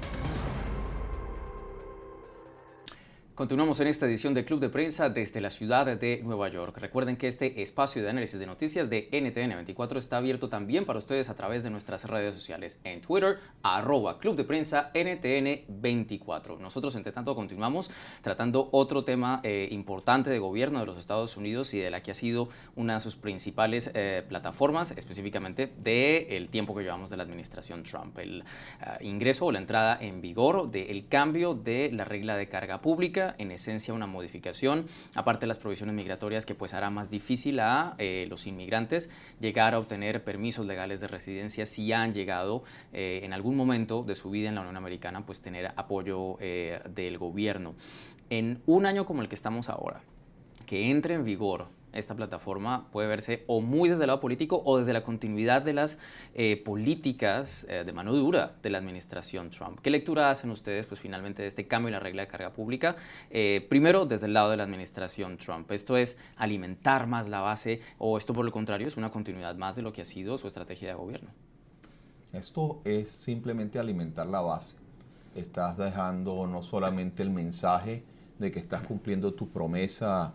Continuamos en esta edición de Club de Prensa desde la ciudad de Nueva York. Recuerden que este espacio de análisis de noticias de NTN 24 está abierto también para ustedes a través de nuestras redes sociales. En Twitter, @Club de Prensa NTN 24. Nosotros, entre tanto, continuamos tratando otro tema importante de gobierno de los Estados Unidos y de la que ha sido una de sus principales plataformas, específicamente del tiempo que llevamos de la administración Trump. El ingreso o la entrada en vigor del cambio de la regla de carga pública, en esencia una modificación, aparte de las provisiones migratorias que pues hará más difícil a los inmigrantes llegar a obtener permisos legales de residencia si han llegado en algún momento de su vida en la Unión Americana, pues tener apoyo del gobierno. En un año como el que estamos ahora, que entre en vigor esta plataforma, puede verse o muy desde el lado político o desde la continuidad de las políticas de mano dura de la administración Trump. ¿Qué lectura hacen ustedes pues finalmente de este cambio en la regla de carga pública? Primero, desde el lado de la administración Trump. ¿Esto es alimentar más la base o esto por el contrario es una continuidad más de lo que ha sido su estrategia de gobierno? Esto es simplemente alimentar la base. Estás dejando no solamente el mensaje de que estás cumpliendo tu promesa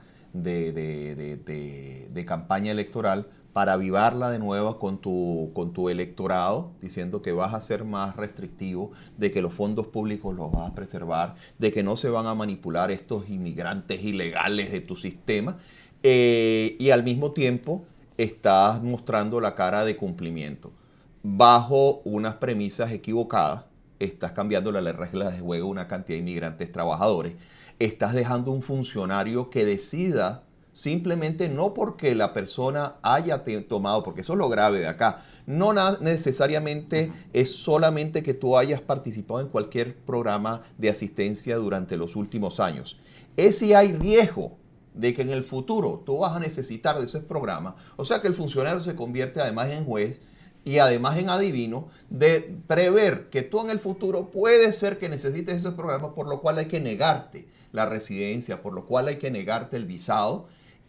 de campaña electoral, para avivarla de nuevo con tu electorado, diciendo que vas a ser más restrictivo, de que los fondos públicos los vas a preservar, de que no se van a manipular estos inmigrantes ilegales de tu sistema, y al mismo tiempo estás mostrando la cara de cumplimiento bajo unas premisas equivocadas estás cambiándole las reglas de juego a una cantidad de inmigrantes trabajadores, estás dejando un funcionario que decida simplemente no porque la persona haya tomado, porque eso es lo grave de acá, no necesariamente es solamente que tú hayas participado en cualquier programa de asistencia durante los últimos años, es si hay riesgo de que en el futuro tú vas a necesitar de ese programa, o sea que el funcionario se convierte además en juez y además en adivino de prever que tú en el futuro puede ser que necesites ese programa, por lo cual hay que negarte la residencia, por lo cual hay que negarte el visado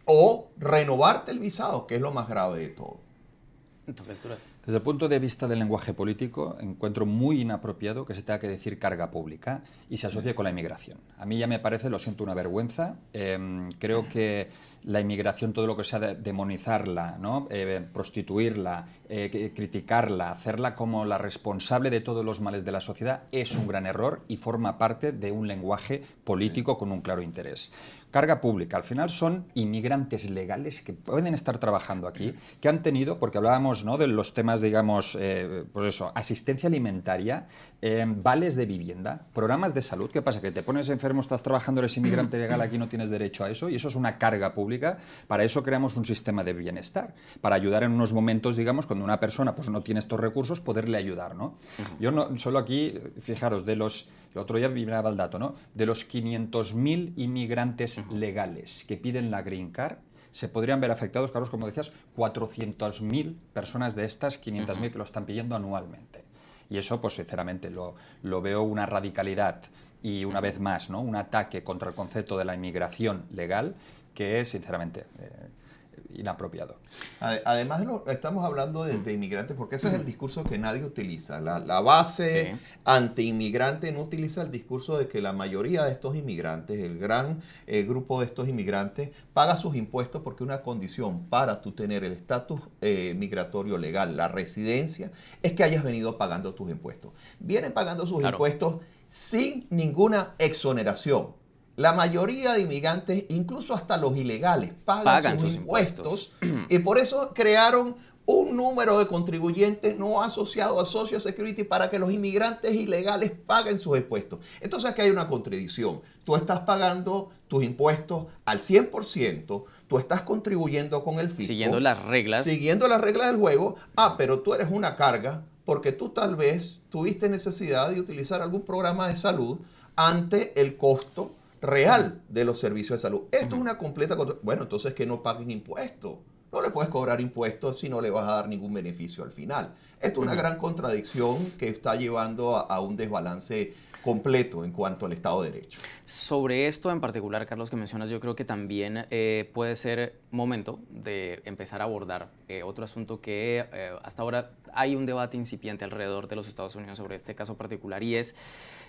o renovarte el visado, que es lo más grave de todo. Desde el punto de vista del lenguaje político, encuentro muy inapropiado que se tenga que decir carga pública y se asocie con la inmigración. A mí ya me parece, lo siento, una vergüenza. Creo que la inmigración, todo lo que sea demonizarla, ¿no? Prostituirla, criticarla, hacerla como la responsable de todos los males de la sociedad, es un gran error y forma parte de un lenguaje político con un claro interés. Carga pública, al final son inmigrantes legales que pueden estar trabajando aquí, que han tenido, porque hablábamos, ¿no?, de los temas, digamos, pues eso, asistencia alimentaria, vales de vivienda, programas de salud. ¿Qué pasa? Que te pones enfermo, estás trabajando, eres inmigrante legal, aquí no tienes derecho a eso, y eso es una carga pública. Para eso creamos un sistema de bienestar, para ayudar en unos momentos, digamos, cuando una persona pues no tiene estos recursos, poderle ayudar, ¿no? Yo no, solo aquí, fijaros, el otro día miraba el dato, ¿no? De los 500.000 inmigrantes legales que piden la Green Card, se podrían ver afectados, Carlos, como decías, 400.000 personas de estas 500.000 que lo están pidiendo anualmente. Y eso, pues sinceramente, lo veo una radicalidad y, una vez más, ¿no?, un ataque contra el concepto de la inmigración legal que es, sinceramente, inapropiado. Además, estamos hablando de inmigrantes porque ese es el discurso que nadie utiliza. La base anti-inmigrante no utiliza el discurso de que la mayoría de estos inmigrantes, el gran grupo de estos inmigrantes, paga sus impuestos porque una condición para tú tener el estatus migratorio legal, la residencia, es que hayas venido pagando tus impuestos. Vienen pagando sus impuestos sin ninguna exoneración. La mayoría de inmigrantes, incluso hasta los ilegales, pagan sus impuestos y por eso crearon un número de contribuyentes no asociado a Social Security para que los inmigrantes ilegales paguen sus impuestos. Entonces aquí hay una contradicción. Tú estás pagando tus impuestos al 100%, tú estás contribuyendo con el fisco. Siguiendo las reglas. Siguiendo las reglas del juego. Pero tú eres una carga porque tú tal vez tuviste necesidad de utilizar algún programa de salud ante el costo real de los servicios de salud. Esto es una completa... Bueno, entonces que no paguen impuestos. No le puedes cobrar impuestos si no le vas a dar ningún beneficio al final. Esto es una gran contradicción que está llevando a un desbalance completo en cuanto al Estado de Derecho. Sobre esto en particular, Carlos, que mencionas, yo creo que también puede ser momento de empezar a abordar otro asunto que hasta ahora hay un debate incipiente alrededor de los Estados Unidos sobre este caso particular, y es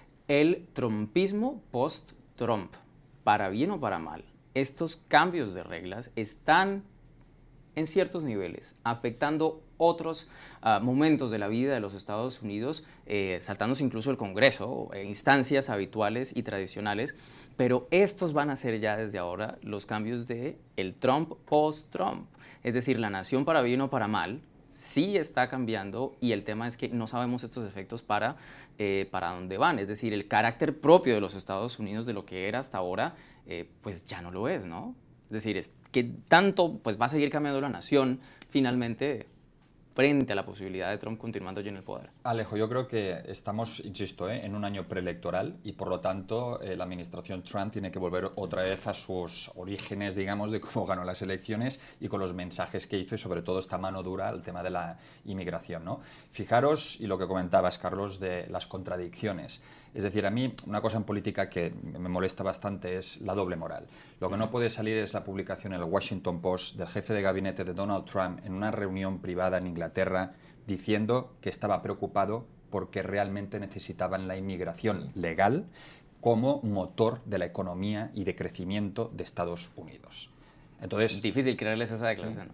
el trumpismo post-Trump. Para bien o para mal, estos cambios de reglas están en ciertos niveles afectando otros momentos de la vida de los Estados Unidos, saltándose incluso el Congreso, instancias habituales y tradicionales, pero estos van a ser ya desde ahora los cambios de el Trump post-Trump. Es decir, la nación, para bien o para mal, sí está cambiando, y el tema es que no sabemos estos efectos para dónde van. Es decir, el carácter propio de los Estados Unidos, de lo que era hasta ahora, pues ya no lo es, ¿no? Es decir, es que tanto pues, va a seguir cambiando la nación finalmente frente a la posibilidad de Trump continuando allí en el poder. Alejo, yo creo que estamos, insisto, en un año preelectoral y por lo tanto la administración Trump tiene que volver otra vez a sus orígenes, digamos, de cómo ganó las elecciones y con los mensajes que hizo, y sobre todo esta mano dura al tema de la inmigración, ¿no? Fijaros, y lo que comentabas, Carlos, de las contradicciones. Es decir, a mí una cosa en política que me molesta bastante es la doble moral. Lo que no puede salir es la publicación en el Washington Post del jefe de gabinete de Donald Trump en una reunión privada en Inglaterra diciendo que estaba preocupado porque realmente necesitaban la inmigración legal como motor de la economía y de crecimiento de Estados Unidos. Entonces, difícil creerles esa declaración.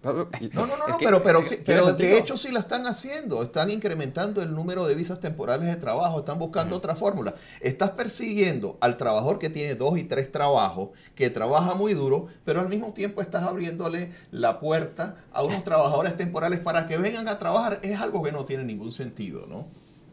Pero de hecho sí la están haciendo. Están incrementando el número de visas temporales de trabajo, están buscando otra fórmula. Estás persiguiendo al trabajador que tiene 2 y 3 trabajos, que trabaja muy duro, pero al mismo tiempo estás abriéndole la puerta a unos trabajadores temporales para que vengan a trabajar. Es algo que no tiene ningún sentido, ¿no?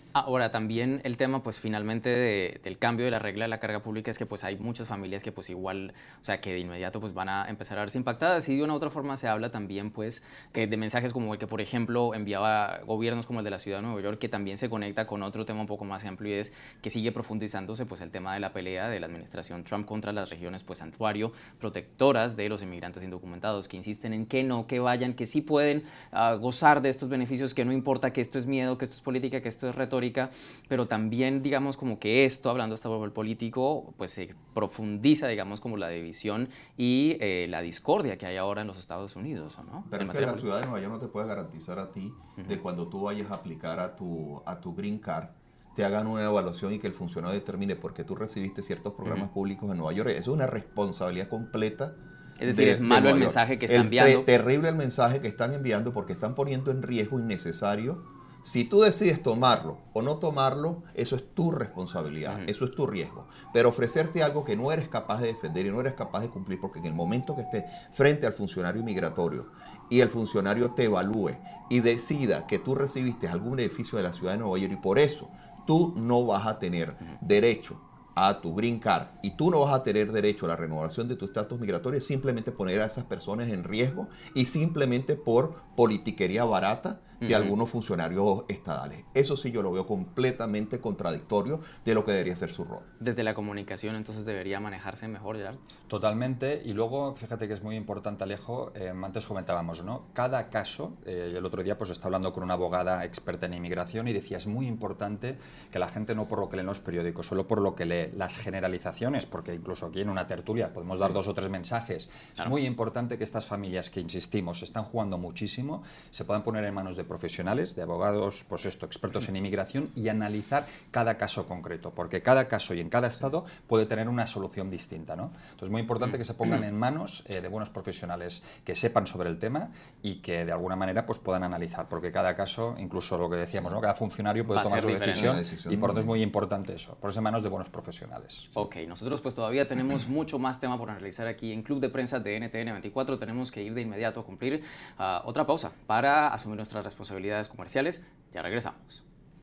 Ahora, también el tema, pues finalmente del cambio de la regla de la carga pública es que pues hay muchas familias que pues igual, o sea, que de inmediato pues van a empezar a verse impactadas, y de una u otra forma se habla también pues de mensajes como el que, por ejemplo, enviaba gobiernos como el de la ciudad de Nueva York, que también se conecta con otro tema un poco más amplio, y es que sigue profundizándose pues el tema de la pelea de la administración Trump contra las regiones pues santuario, protectoras de los inmigrantes indocumentados, que insisten en que no, que vayan, que sí pueden gozar de estos beneficios, que no importa, que esto es miedo, que esto es política, que esto es retórica, pero también, digamos, como que esto, hablando hasta por el político, pues se profundiza, digamos, como la división y la discordia que hay ahora en los Estados Unidos, ¿no? Pero es que la ciudad de Nueva York no te puede garantizar a ti de cuando tú vayas a aplicar a tu Green Card, te hagan una evaluación y que el funcionario determine por qué tú recibiste ciertos programas públicos en Nueva York. Eso es una responsabilidad completa. Es decir, es malo el mensaje que están enviando. Terrible el mensaje que están enviando, porque están poniendo en riesgo innecesario. Si tú decides tomarlo o no tomarlo, eso es tu responsabilidad, eso es tu riesgo. Pero ofrecerte algo que no eres capaz de defender y no eres capaz de cumplir, porque en el momento que estés frente al funcionario migratorio y el funcionario te evalúe y decida que tú recibiste algún beneficio de la ciudad de Nueva York y por eso tú no vas a tener derecho a tu Green Card y tú no vas a tener derecho a la renovación de tu estatus migratorio, es simplemente poner a esas personas en riesgo y simplemente por politiquería barata de algunos funcionarios estatales. Eso sí yo lo veo completamente contradictorio de lo que debería ser su rol. Desde la comunicación, entonces, debería manejarse mejor, Gerard. Totalmente, y luego, fíjate que es muy importante, Alejo, antes comentábamos, ¿no? Cada caso, el otro día pues estaba hablando con una abogada experta en inmigración y decía, es muy importante que la gente no por lo que lee en los periódicos, solo por lo que lee, las generalizaciones, porque incluso aquí en una tertulia podemos dar 2 o 3 mensajes. Claro. Es muy importante que estas familias que, insistimos, están jugando muchísimo, se puedan poner en manos de profesionales, de abogados, pues esto, expertos en inmigración, y analizar cada caso concreto, porque cada caso y en cada estado puede tener una solución distinta, ¿no? Entonces es muy importante que se pongan en manos de buenos profesionales que sepan sobre el tema y que de alguna manera pues puedan analizar, porque cada caso, incluso lo que decíamos, ¿no? Cada funcionario puede tomar su decisión y por eso es muy importante eso, ponerse en manos de buenos profesionales. Ok, nosotros pues todavía tenemos mucho más tema por analizar aquí en Club de Prensa de NTN 24, tenemos que ir de inmediato a cumplir otra pausa para asumir nuestras responsabilidades comerciales. Ya regresamos.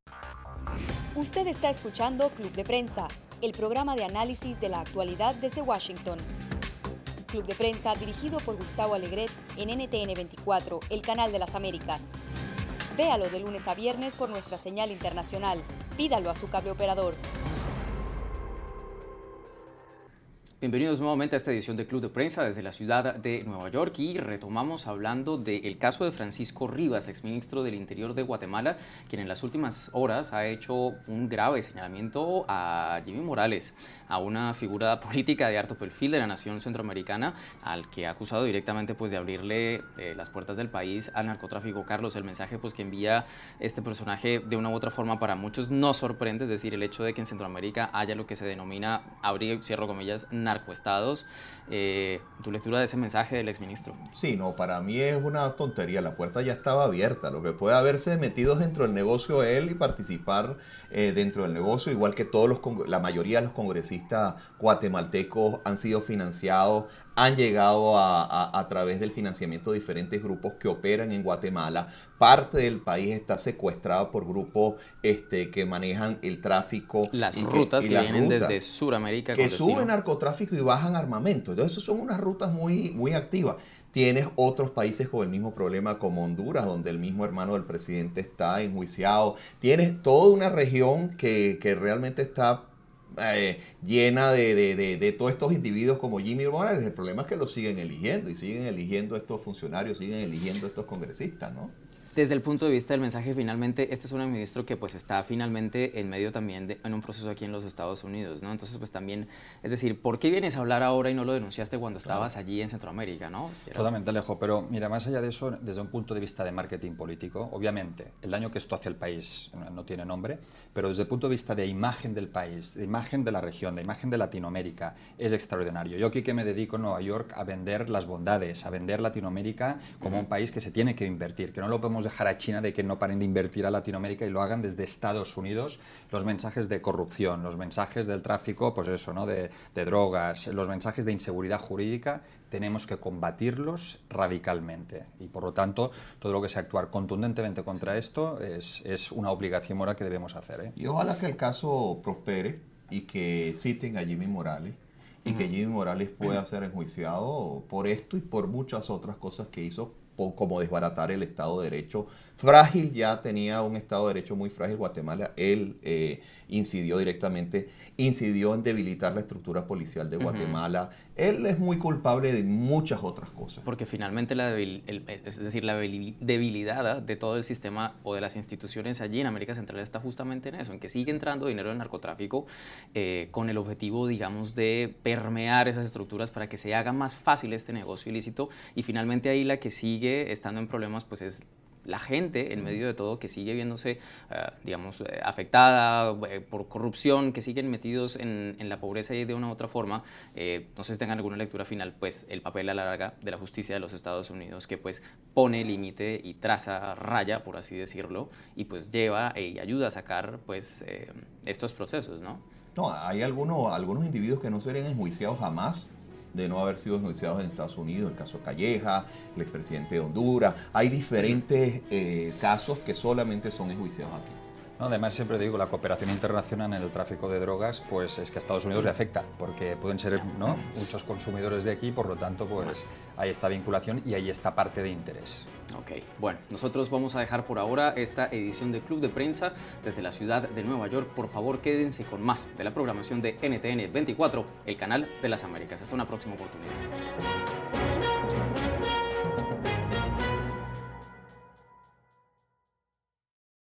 Usted está escuchando Club de Prensa, el programa de análisis de la actualidad desde Washington. Club de Prensa dirigido por Gustavo Alegret en NTN 24, el canal de las Américas. Véalo de lunes a viernes por nuestra señal internacional. Pídalo a su cable operador. Bienvenidos nuevamente a esta edición de Club de Prensa desde la ciudad de Nueva York, y retomamos hablando del caso de Francisco Rivas, exministro del Interior de Guatemala, quien en las últimas horas ha hecho un grave señalamiento a Jimmy Morales, a una figura política de alto perfil de la nación centroamericana, al que ha acusado directamente pues de abrirle las puertas del país al narcotráfico. Carlos, el mensaje pues que envía este personaje de una u otra forma para muchos nos sorprende, es decir, el hecho de que en Centroamérica haya lo que se denomina, abrir y cierro comillas, narcoestados. ¿Tu lectura de ese mensaje del exministro? Sí, no, para mí es una tontería. La puerta ya estaba abierta. Lo que puede haberse metido dentro del negocio él y participar dentro del negocio, igual que la mayoría de los congresistas guatemaltecos han sido financiados, han llegado a través del financiamiento de diferentes grupos que operan en Guatemala. Parte del país está secuestrado por grupos que manejan el tráfico. Las rutas que vienen desde Sudamérica. Que suben narcotráfico y bajan armamento. Entonces, son unas rutas muy, muy activas. Tienes otros países con el mismo problema, como Honduras, donde el mismo hermano del presidente está enjuiciado. Tienes toda una región que realmente está llena de todos estos individuos como Jimmy Morales. El problema es que lo siguen eligiendo, y siguen eligiendo estos funcionarios, siguen eligiendo estos congresistas, ¿no? Desde el punto de vista del mensaje, finalmente, este es un ministro que pues está finalmente en medio también en un proceso aquí en los Estados Unidos, ¿no? Entonces, pues también, es decir, ¿por qué vienes a hablar ahora y no lo denunciaste cuando estabas allí en Centroamérica, ¿no? Totalmente, Alejo, pero mira, más allá de eso, desde un punto de vista de marketing político, obviamente, el daño que esto hace al país no tiene nombre, pero desde el punto de vista de imagen del país, de imagen de la región, de imagen de Latinoamérica, es extraordinario. Yo aquí que me dedico en Nueva York a vender las bondades, a vender Latinoamérica como un país que se tiene que invertir, que no lo podemos dejar a China de que no paren de invertir a Latinoamérica y lo hagan desde Estados Unidos. Los mensajes de corrupción, los mensajes del tráfico, pues eso, ¿no? de drogas, los mensajes de inseguridad jurídica, tenemos que combatirlos radicalmente. Y por lo tanto, todo lo que sea actuar contundentemente contra esto es una obligación moral que debemos hacer, ¿eh? Y ojalá que el caso prospere y que citen a Jimmy Morales y que Jimmy Morales pueda ser enjuiciado por esto y por muchas otras cosas que hizo, como desbaratar el Estado de Derecho frágil. Ya tenía un Estado de Derecho muy frágil Guatemala. Él incidió en debilitar la estructura policial de Guatemala. Él es muy culpable de muchas otras cosas. Porque finalmente la debilidad de todo el sistema o de las instituciones allí en América Central está justamente en eso, en que sigue entrando dinero del narcotráfico con el objetivo, digamos, de permear esas estructuras para que se haga más fácil este negocio ilícito, y finalmente ahí la que sigue estando en problemas pues es la gente, en medio de todo, que sigue viéndose, digamos, afectada por corrupción, que siguen metidos en la pobreza y de una u otra forma. No sé si tengan alguna lectura final, pues el papel a la larga de la justicia de los Estados Unidos, que pues pone límite y traza raya, por así decirlo, y pues lleva y ayuda a sacar pues estos procesos, ¿no? No, hay algunos individuos que no serían enjuiciados jamás de no haber sido enjuiciados en Estados Unidos, el caso Calleja, el expresidente de Honduras. Hay diferentes casos que solamente son enjuiciados aquí. No, además, siempre digo, la cooperación internacional en el tráfico de drogas, pues es que a Estados Unidos le afecta, porque pueden ser, ¿no?, muchos consumidores de aquí, por lo tanto, pues hay esta vinculación y ahí está parte de interés. Ok, bueno, nosotros vamos a dejar por ahora esta edición de Club de Prensa desde la ciudad de Nueva York. Por favor, quédense con más de la programación de NTN 24, el canal de las Américas. Hasta una próxima oportunidad.